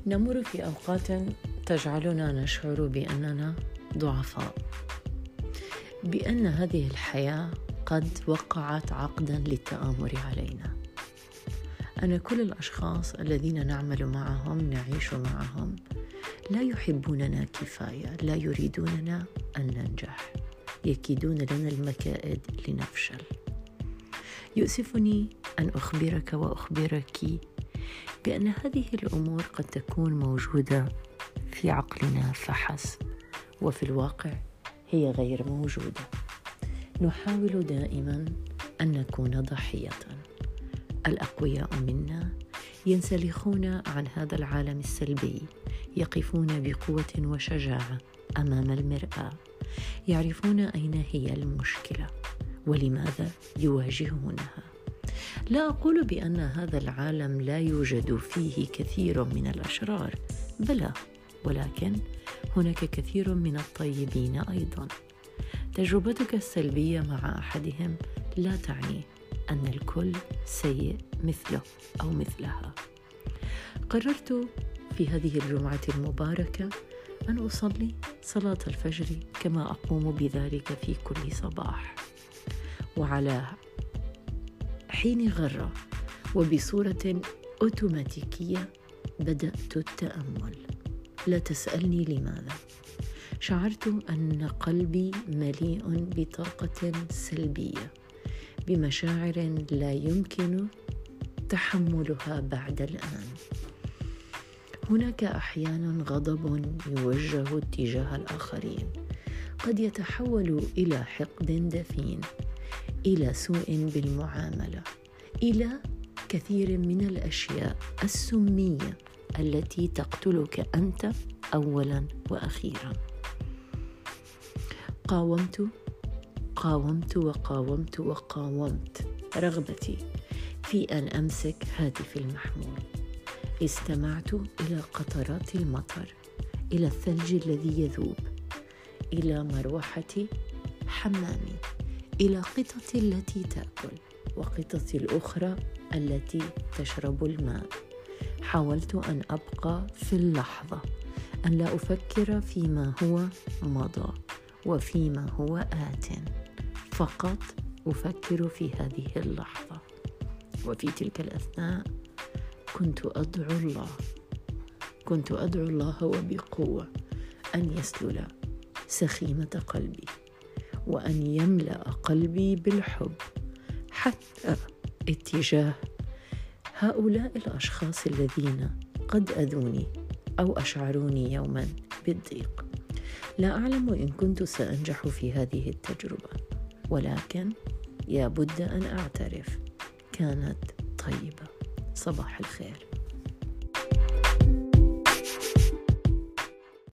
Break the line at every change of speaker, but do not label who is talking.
نمر في أوقات تجعلنا نشعر بأننا ضعفاء، بأن هذه الحياة قد وقعت عقداً للتآمر علينا، أن كل الأشخاص الذين نعمل معهم نعيش معهم لا يحبوننا كفاية، لا يريدوننا أن ننجح، يكيدون لنا المكائد لنفشل. يؤسفني أن أخبرك وأخبرك بأن هذه الأمور قد تكون موجودة في عقلنا فحسب، وفي الواقع هي غير موجودة. نحاول دائما أن نكون ضحية. الأقوياء منا ينسلخون عن هذا العالم السلبي، يقفون بقوة وشجاعة أمام المرآة، يعرفون أين هي المشكلة ولماذا يواجهونها. لا أقول بأن هذا العالم لا يوجد فيه كثير من الأشرار، بلى، ولكن هناك كثير من الطيبين أيضا. تجربتك السلبية مع أحدهم لا تعني أن الكل سيء مثله أو مثلها. قررت في هذه الجمعة المباركة أن أصلي صلاة الفجر كما أقوم بذلك في كل صباح، وعلى حين غرة وبصورة أوتوماتيكية بدأت التأمل. لا تسألني لماذا. شعرت أن قلبي مليء بطاقة سلبية، بمشاعر لا يمكن تحملها بعد الآن. هناك أحيانا غضب يوجه تجاه الآخرين، قد يتحول إلى حقد دفين، إلى سوء بالمعاملة، إلى كثير من الأشياء السمية التي تقتلك أنت أولا وأخيرا. قاومت رغبتي في أن أمسك هاتفي المحمول. استمعت إلى قطرات المطر، إلى الثلج الذي يذوب، إلى مروحة حمامي، إلى قطتي التي تأكل وقطتي الأخرى التي تشرب الماء. حاولت أن أبقى في اللحظة، أن لا أفكر فيما هو مضى وفيما هو آت، فقط أفكر في هذه اللحظة. وفي تلك الأثناء كنت أدعو الله وبقوة أن يسلل سخيمة قلبي، وأن يملأ قلبي بالحب حتى اتجاه هؤلاء الأشخاص الذين قد أذوني أو أشعروني يوما بالضيق. لا أعلم إن كنت سأنجح في هذه التجربة، ولكن يا بد أن أعترف كانت طيبة. صباح الخير.